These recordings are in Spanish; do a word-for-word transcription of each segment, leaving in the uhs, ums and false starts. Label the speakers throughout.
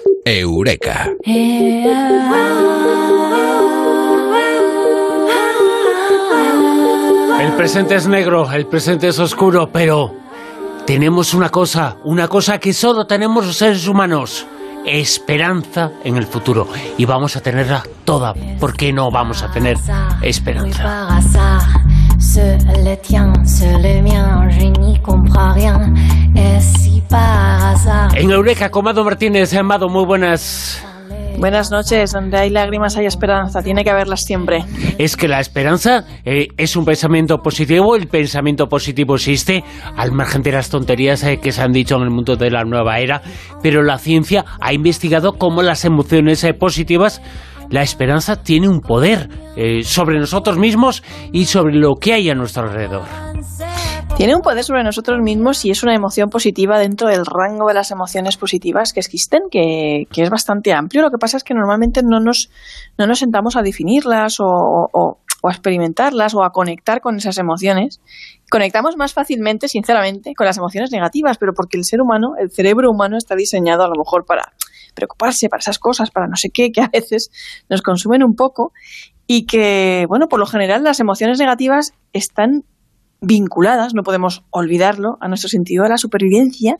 Speaker 1: Eureka.
Speaker 2: El presente es negro, el presente es oscuro, pero tenemos una cosa, una cosa que solo tenemos los seres humanos: esperanza en el futuro. Y vamos a tenerla toda. ¿Por qué no vamos a tener esperanza? En Eureka, con Mado Martínez. Mado, muy buenas.
Speaker 3: Buenas noches. Donde hay lágrimas hay esperanza. Tiene que haberlas siempre.
Speaker 2: Es que la esperanza eh, es un pensamiento positivo. El pensamiento positivo existe al margen de las tonterías eh, que se han dicho en el mundo de la nueva era. Pero la ciencia ha investigado cómo las emociones eh, positivas, la esperanza tiene un poder eh, sobre nosotros mismos y sobre lo que hay a nuestro alrededor.
Speaker 3: Tiene un poder sobre nosotros mismos y es una emoción positiva dentro del rango de las emociones positivas que existen, que, que es bastante amplio. Lo que pasa es que normalmente no nos, no nos sentamos a definirlas o, o, o a experimentarlas o a conectar con esas emociones. Conectamos más fácilmente, sinceramente, con las emociones negativas, pero porque el ser humano, el cerebro humano está diseñado a lo mejor para preocuparse, para esas cosas, para no sé qué, que a veces nos consumen un poco y que, bueno, por lo general las emociones negativas están vinculadas, no podemos olvidarlo, a nuestro sentido de la supervivencia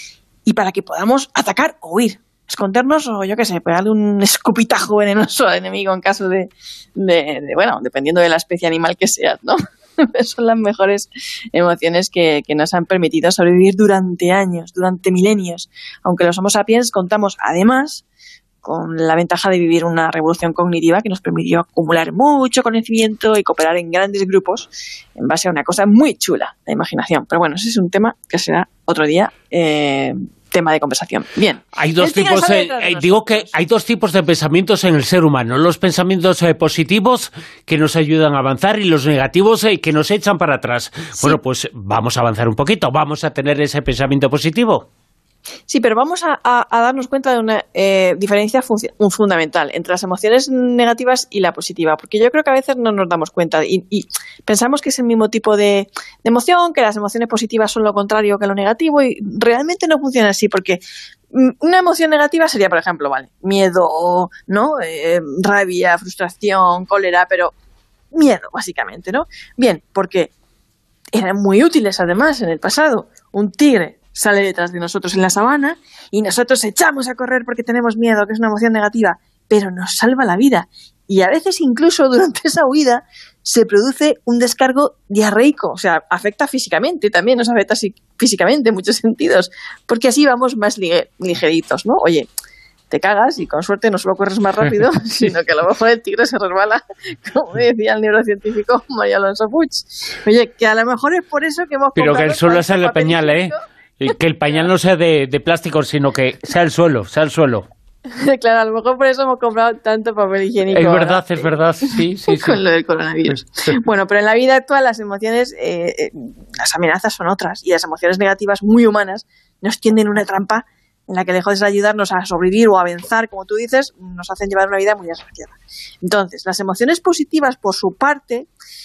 Speaker 3: y para que podamos atacar o huir, escondernos o yo qué sé, pegarle un escupitajo venenoso al enemigo en caso de, de, de bueno, dependiendo de la especie animal que seas, ¿no? Son las mejores emociones que, que nos han permitido sobrevivir durante años, durante milenios, aunque los Homo sapiens contamos además con la ventaja de vivir una revolución cognitiva que nos permitió acumular mucho conocimiento y cooperar en grandes grupos en base a una cosa muy chula, la imaginación. Pero bueno, ese es un tema que será otro día eh, tema de conversación. Bien.
Speaker 2: Hay dos tipos, eh, eh, digo que hay dos tipos de pensamientos en el ser humano: los pensamientos eh, positivos que nos ayudan a avanzar y los negativos eh, que nos echan para atrás. Sí. Bueno, pues vamos a avanzar un poquito, vamos a tener ese pensamiento positivo.
Speaker 3: Sí, pero vamos a, a, a darnos cuenta de una eh, diferencia func- fundamental entre las emociones negativas y la positiva, porque yo creo que a veces no nos damos cuenta y, y pensamos que es el mismo tipo de, de emoción, que las emociones positivas son lo contrario que lo negativo, y realmente no funciona así, porque una emoción negativa sería, por ejemplo, vale, miedo, ¿no? Eh, rabia, frustración, cólera, pero miedo, básicamente, ¿no? Bien, porque eran muy útiles además en el pasado. Un tigre sale detrás de nosotros en la sabana y nosotros echamos a correr porque tenemos miedo, que es una emoción negativa, pero nos salva la vida. Y a veces incluso durante esa huida se produce un descargo diarreico, o sea, afecta físicamente, también nos afecta físicamente en muchos sentidos, porque así vamos más lige- ligeritos, ¿no? Oye, te cagas y con suerte no solo corres más rápido, sino que a lo mejor el tigre se resbala, como decía el neurocientífico María Alonso Puig. Oye, que a lo mejor es por eso que hemos
Speaker 2: Pero que el suelo sea el pañal, ¿eh? Que el pañal no sea de, de plástico, sino que sea el suelo, sea el suelo.
Speaker 3: Claro, a lo mejor por eso hemos comprado tanto papel higiénico.
Speaker 2: Es verdad, ¿verdad? Es verdad, sí, sí, sí.
Speaker 3: Con lo del coronavirus. Bueno, pero en la vida actual las emociones, eh, eh, las amenazas son otras, y las emociones negativas muy humanas nos tienden una trampa en la que lejos de ayudarnos a sobrevivir o a avanzar, como tú dices, nos hacen llevar una vida muy desgraciada. Entonces, las emociones positivas, por su parte,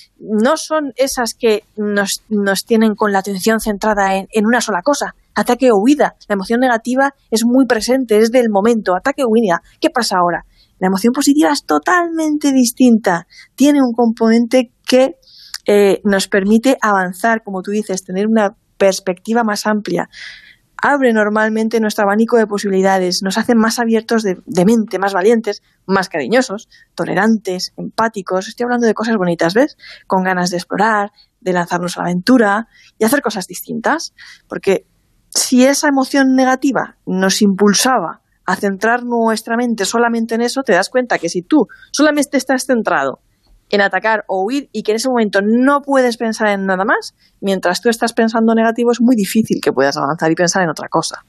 Speaker 3: no son esas que nos, nos tienen con la atención centrada en, en una sola cosa, ataque o huida. La emoción negativa es muy presente, es del momento, ataque o huida. ¿Qué pasa ahora? La emoción positiva es totalmente distinta, tiene un componente que eh, nos permite avanzar, como tú dices, tener una perspectiva más amplia. Abre normalmente nuestro abanico de posibilidades, nos hace más abiertos de, de mente, más valientes, más cariñosos, tolerantes, empáticos. Estoy hablando de cosas bonitas, ¿ves? Con ganas de explorar, de lanzarnos a la aventura y hacer cosas distintas. Porque si esa emoción negativa nos impulsaba a centrar nuestra mente solamente en eso, te das cuenta que si tú solamente estás centrado en atacar o huir y que en ese momento no puedes pensar en nada más, mientras tú estás pensando negativo es muy difícil que puedas avanzar y pensar en otra cosa.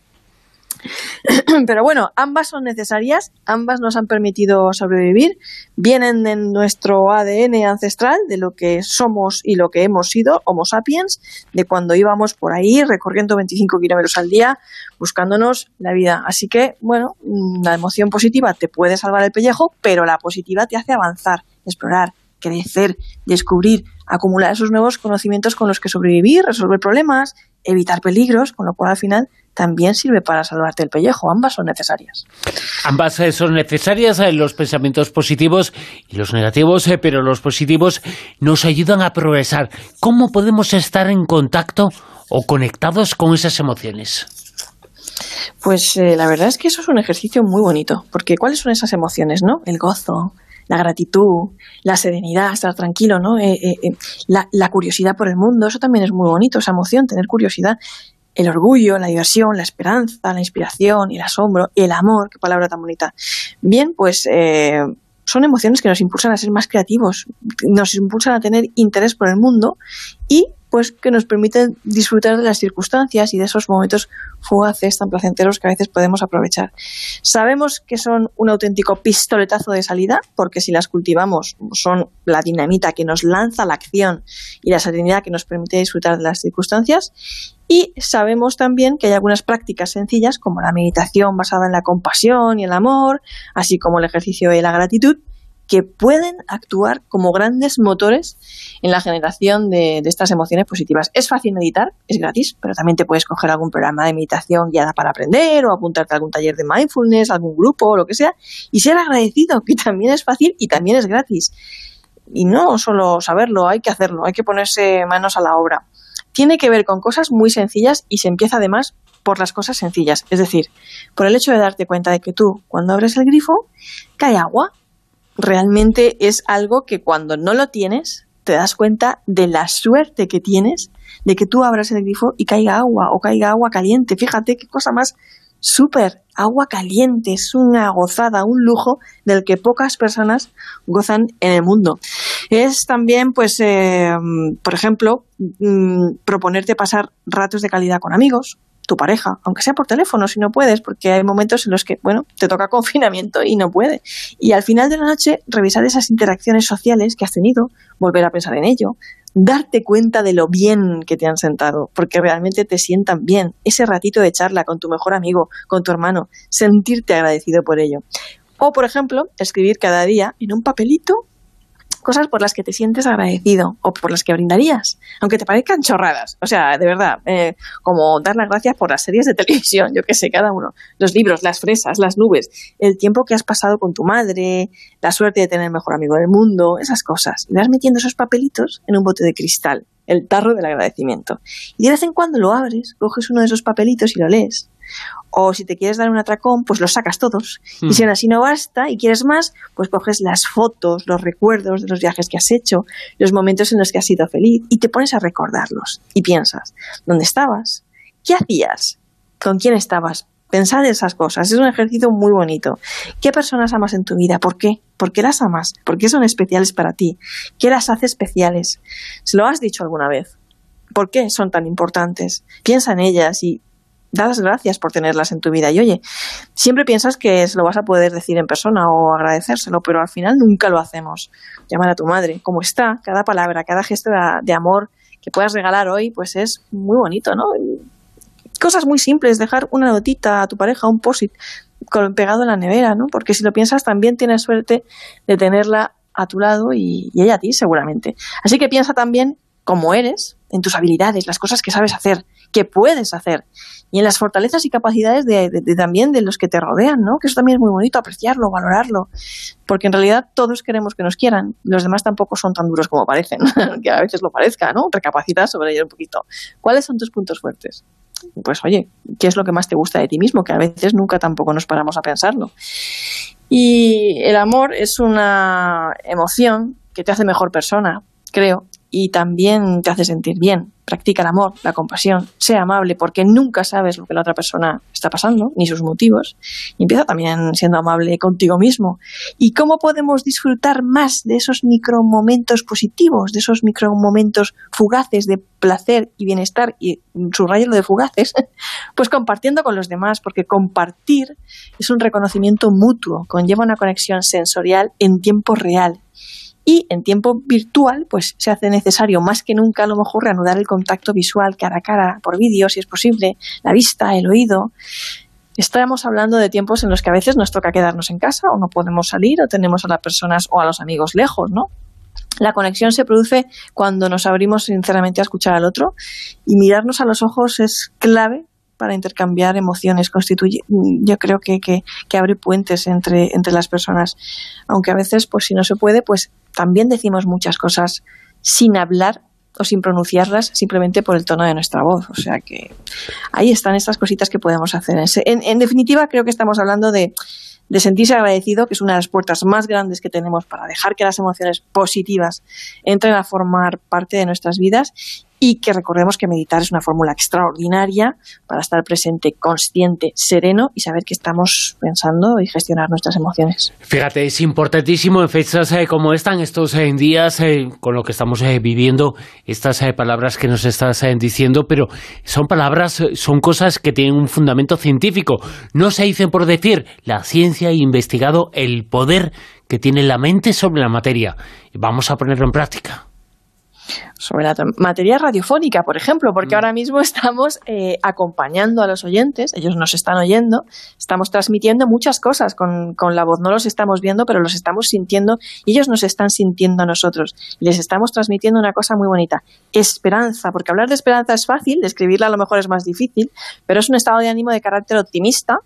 Speaker 3: Pero bueno, ambas son necesarias, ambas nos han permitido sobrevivir, vienen de nuestro A D N ancestral, de lo que somos y lo que hemos sido, Homo sapiens, de cuando íbamos por ahí recorriendo veinticinco kilómetros al día, buscándonos la vida. Así que, bueno, la emoción positiva te puede salvar el pellejo, pero la positiva te hace avanzar, explorar, crecer, descubrir, acumular esos nuevos conocimientos con los que sobrevivir, resolver problemas, evitar peligros, con lo cual al final también sirve para salvarte el pellejo. Ambas son necesarias.
Speaker 2: Ambas son necesarias, los pensamientos positivos y los negativos, pero los positivos nos ayudan a progresar. ¿Cómo podemos estar en contacto o conectados con esas emociones?
Speaker 3: Pues eh, la verdad es que eso es un ejercicio muy bonito, porque ¿cuáles son esas emociones, no? El gozo, la gratitud, la serenidad, estar tranquilo, ¿no? Eh, eh, eh, la, la curiosidad por el mundo, eso también es muy bonito, esa emoción, tener curiosidad. El orgullo, la diversión, la esperanza, la inspiración, el asombro, el amor, qué palabra tan bonita. Bien, pues eh, son emociones que nos impulsan a ser más creativos, nos impulsan a tener interés por el mundo y pues que nos permiten disfrutar de las circunstancias y de esos momentos fugaces tan placenteros que a veces podemos aprovechar. Sabemos que son un auténtico pistoletazo de salida, porque si las cultivamos son la dinamita que nos lanza a la acción y la serenidad que nos permite disfrutar de las circunstancias. Y sabemos también que hay algunas prácticas sencillas, como la meditación basada en la compasión y el amor, así como el ejercicio de la gratitud, que pueden actuar como grandes motores en la generación de, de estas emociones positivas. Es fácil meditar, es gratis, pero también te puedes coger algún programa de meditación guiada para aprender o apuntarte a algún taller de mindfulness, algún grupo o lo que sea, y ser agradecido, que también es fácil y también es gratis. Y no solo saberlo, hay que hacerlo, hay que ponerse manos a la obra. Tiene que ver con cosas muy sencillas y se empieza además por las cosas sencillas. Es decir, por el hecho de darte cuenta de que tú, cuando abres el grifo, cae agua. Realmente es algo que cuando no lo tienes, te das cuenta de la suerte que tienes de que tú abras el grifo y caiga agua o caiga agua caliente. Fíjate qué cosa más súper. Agua caliente es una gozada, un lujo del que pocas personas gozan en el mundo. Es también, pues, eh, por ejemplo, mmm, proponerte pasar ratos de calidad con amigos, tu pareja, aunque sea por teléfono si no puedes, porque hay momentos en los que, bueno, te toca confinamiento y no puede. Y al final de la noche, revisar esas interacciones sociales que has tenido, volver a pensar en ello, darte cuenta de lo bien que te han sentado, porque realmente te sientan bien. Ese ratito de charla con tu mejor amigo, con tu hermano, sentirte agradecido por ello. O, por ejemplo, escribir cada día en un papelito cosas por las que te sientes agradecido o por las que brindarías, aunque te parezcan chorradas. O sea, de verdad, eh, como dar las gracias por las series de televisión, yo qué sé, cada uno. Los libros, las fresas, las nubes, el tiempo que has pasado con tu madre, la suerte de tener el mejor amigo del mundo, esas cosas. Y vas metiendo esos papelitos en un bote de cristal, el tarro del agradecimiento. Y de vez en cuando lo abres, coges uno de esos papelitos y lo lees. O si te quieres dar un atracón, pues los sacas todos. Mm. Y si aún así no basta y quieres más, pues coges las fotos, los recuerdos de los viajes que has hecho, los momentos en los que has sido feliz y te pones a recordarlos. Y piensas, ¿dónde estabas? ¿Qué hacías? ¿Con quién estabas? Pensar esas cosas. Es un ejercicio muy bonito. ¿Qué personas amas en tu vida? ¿Por qué? ¿Por qué las amas? ¿Por qué son especiales para ti? ¿Qué las hace especiales? ¿Se lo has dicho alguna vez? ¿Por qué son tan importantes? Piensa en ellas y da las gracias por tenerlas en tu vida. Y oye, siempre piensas que se lo vas a poder decir en persona o agradecérselo, pero al final nunca lo hacemos. Llamar a tu madre, como está, cada palabra, cada gesto de amor que puedas regalar hoy, pues es muy bonito, ¿no? Cosas muy simples, dejar una notita a tu pareja, un post-it pegado en la nevera, ¿no? Porque si lo piensas también tienes suerte de tenerla a tu lado y, y ella a ti seguramente. Así que piensa también cómo eres, en tus habilidades, las cosas que sabes hacer, que puedes hacer, y en las fortalezas y capacidades de, de, de también de los que te rodean, ¿no? Que eso también es muy bonito, apreciarlo, valorarlo, porque en realidad todos queremos que nos quieran, los demás tampoco son tan duros como parecen, que a veces lo parezca, ¿no? Recapacita sobre ello un poquito. ¿Cuáles son tus puntos fuertes? Pues oye, ¿qué es lo que más te gusta de ti mismo? Que a veces nunca tampoco nos paramos a pensarlo. Y el amor es una emoción que te hace mejor persona, creo, y también te hace sentir bien. Practica el amor, la compasión, sea amable, porque nunca sabes lo que la otra persona está pasando, ni sus motivos. Y empieza también siendo amable contigo mismo. ¿Y cómo podemos disfrutar más de esos micromomentos positivos, de esos micromomentos fugaces de placer y bienestar? Y subrayo lo de fugaces, pues compartiendo con los demás, porque compartir es un reconocimiento mutuo, conlleva una conexión sensorial en tiempo real. Y en tiempo virtual, pues se hace necesario más que nunca a lo mejor reanudar el contacto visual cara a cara, por vídeo, si es posible, la vista, el oído. Estamos hablando de tiempos en los que a veces nos toca quedarnos en casa o no podemos salir o tenemos a las personas o a los amigos lejos, ¿no? La conexión se produce cuando nos abrimos sinceramente a escuchar al otro, y mirarnos a los ojos es clave para intercambiar emociones. Constituye, yo creo que, que, que abre puentes entre, entre las personas. Aunque a veces, pues si no se puede, pues también decimos muchas cosas sin hablar o sin pronunciarlas, simplemente por el tono de nuestra voz. O sea que ahí están estas cositas que podemos hacer. En, en definitiva, creo que estamos hablando de, de sentirse agradecido, que es una de las puertas más grandes que tenemos para dejar que las emociones positivas entren a formar parte de nuestras vidas, y que recordemos que meditar es una fórmula extraordinaria para estar presente, consciente, sereno y saber qué estamos pensando y gestionar nuestras emociones.
Speaker 2: Fíjate, es importantísimo en fechas eh, como esta, en estos eh, días, eh, con lo que estamos eh, viviendo, estas eh, palabras que nos estás eh, diciendo, pero son palabras, son cosas que tienen un fundamento científico. No se dicen por decir. La ciencia ha investigado el poder que tiene la mente sobre la materia. Vamos a ponerlo en práctica.
Speaker 3: Sobre la materia radiofónica, por ejemplo, porque ahora mismo estamos eh, acompañando a los oyentes, ellos nos están oyendo, estamos transmitiendo muchas cosas con, con la voz, no los estamos viendo, pero los estamos sintiendo y ellos nos están sintiendo a nosotros. Y les estamos transmitiendo una cosa muy bonita, esperanza, porque hablar de esperanza es fácil, describirla a lo mejor es más difícil, pero es un estado de ánimo de carácter optimista,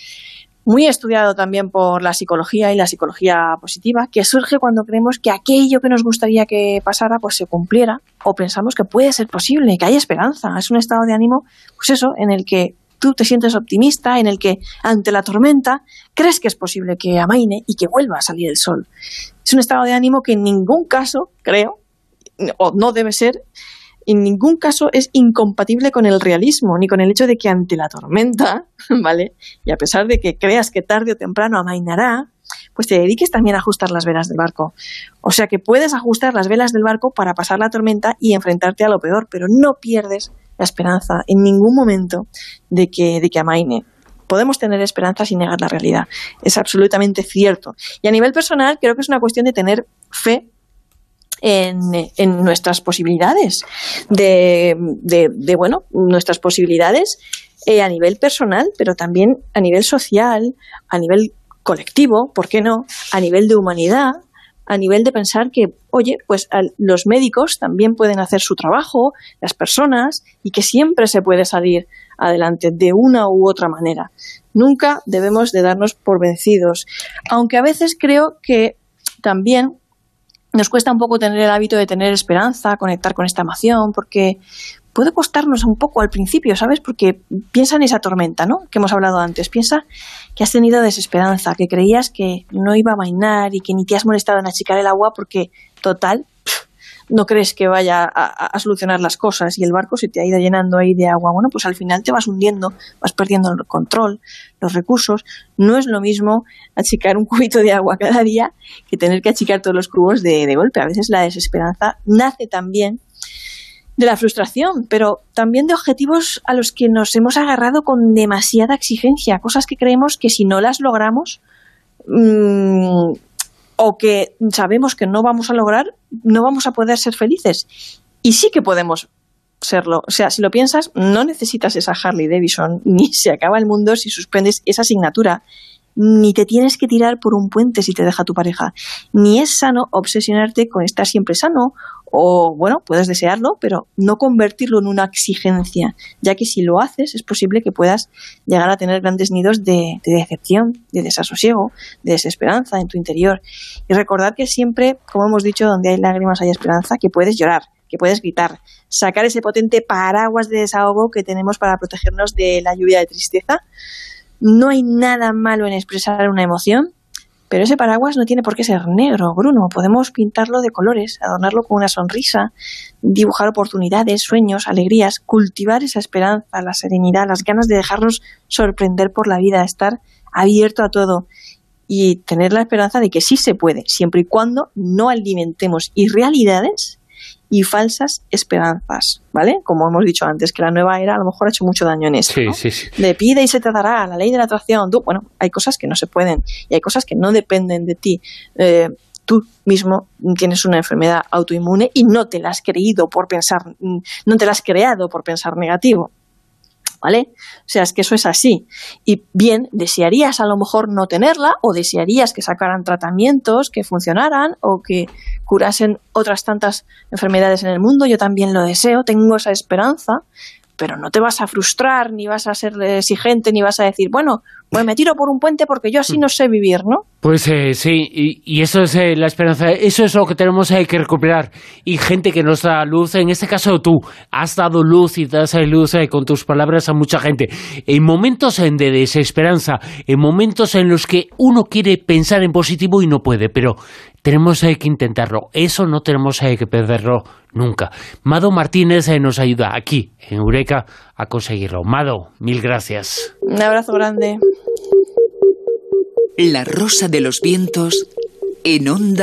Speaker 3: muy estudiado también por la psicología y la psicología positiva, que surge cuando creemos que aquello que nos gustaría que pasara pues se cumpliera, o pensamos que puede ser posible, que hay esperanza. Es un estado de ánimo, pues eso, en el que tú te sientes optimista, en el que ante la tormenta crees que es posible que amaine y que vuelva a salir el sol. Es un estado de ánimo que en ningún caso, creo, o no debe ser, en ningún caso es incompatible con el realismo, ni con el hecho de que ante la tormenta, ¿vale? Y a pesar de que creas que tarde o temprano amainará, pues te dediques también a ajustar las velas del barco. O sea que puedes ajustar las velas del barco para pasar la tormenta y enfrentarte a lo peor, pero no pierdes la esperanza en ningún momento de que, de que amaine. Podemos tener esperanza sin negar la realidad. Es absolutamente cierto. Y a nivel personal creo que es una cuestión de tener fe En, en nuestras posibilidades de, de, de bueno, nuestras posibilidades eh, a nivel personal, pero también a nivel social, a nivel colectivo, ¿por qué no? A nivel de humanidad, a nivel de pensar que, oye, pues a, los médicos también pueden hacer su trabajo, las personas, y que siempre se puede salir adelante de una u otra manera. Nunca debemos de darnos por vencidos, aunque a veces creo que también nos cuesta un poco tener el hábito de tener esperanza, conectar con esta emoción, porque puede costarnos un poco al principio, ¿sabes? Porque piensa en esa tormenta, ¿no?, que hemos hablado antes. Piensa que has tenido desesperanza, que creías que no iba a amainar y que ni te has molestado en achicar el agua porque, total, no crees que vaya a, a solucionar las cosas y el barco se te ha ido llenando ahí de agua. Bueno, pues al final te vas hundiendo, vas perdiendo el control, los recursos. No es lo mismo achicar un cubito de agua cada día que tener que achicar todos los cubos de, de golpe. A veces la desesperanza nace también de la frustración, pero también de objetivos a los que nos hemos agarrado con demasiada exigencia, cosas que creemos que si no las logramos mmm, o que sabemos que no vamos a lograr, no vamos a poder ser felices. Y sí que podemos serlo. O sea, si lo piensas, no necesitas esa Harley Davidson, ni se acaba el mundo si suspendes esa asignatura, ni te tienes que tirar por un puente si te deja tu pareja. Ni es sano obsesionarte con estar siempre sano, o bueno, puedes desearlo, pero no convertirlo en una exigencia, ya que si lo haces es posible que puedas llegar a tener grandes nidos de, de decepción, de desasosiego, de desesperanza en tu interior. Y recordar que siempre, como hemos dicho, donde hay lágrimas hay esperanza, que puedes llorar, que puedes gritar, sacar ese potente paraguas de desahogo que tenemos para protegernos de la lluvia de tristeza. No hay nada malo en expresar una emoción, pero ese paraguas no tiene por qué ser negro, Bruno. Podemos pintarlo de colores, adornarlo con una sonrisa, dibujar oportunidades, sueños, alegrías, cultivar esa esperanza, la serenidad, las ganas de dejarnos sorprender por la vida, estar abierto a todo y tener la esperanza de que sí se puede, siempre y cuando no alimentemos irrealidades y falsas esperanzas, ¿vale? Como hemos dicho antes, que la nueva era a lo mejor ha hecho mucho daño en eso,
Speaker 2: sí,
Speaker 3: ¿no?
Speaker 2: sí, sí.
Speaker 3: De pide y se te dará, la ley de la atracción. Tú, bueno, hay cosas que no se pueden y hay cosas que no dependen de ti. Eh, tú mismo tienes una enfermedad autoinmune y no te la has creído por pensar, no te la has creado por pensar negativo. ¿vale? O sea, es que eso es así. Y bien, desearías a lo mejor no tenerla, o desearías que sacaran tratamientos que funcionaran o que curasen otras tantas enfermedades en el mundo. Yo también lo deseo, tengo esa esperanza, pero no te vas a frustrar, ni vas a ser exigente, ni vas a decir, bueno, pues me tiro por un puente porque yo así no sé vivir, ¿no?
Speaker 2: Pues eh, sí, y, y eso es eh, la esperanza, eso es lo que tenemos eh, que recuperar. Y gente que nos da luz, en este caso tú, has dado luz y das eh, luz eh, con tus palabras a mucha gente. En momentos eh, de desesperanza, en momentos en los que uno quiere pensar en positivo y no puede, pero tenemos eh, que intentarlo. Eso no tenemos eh, que perderlo nunca. Mado Martínez eh, nos ayuda aquí, en Eureka, a conseguirlo. Mado, mil gracias.
Speaker 3: Un abrazo grande.
Speaker 1: La Rosa de los Vientos en Onda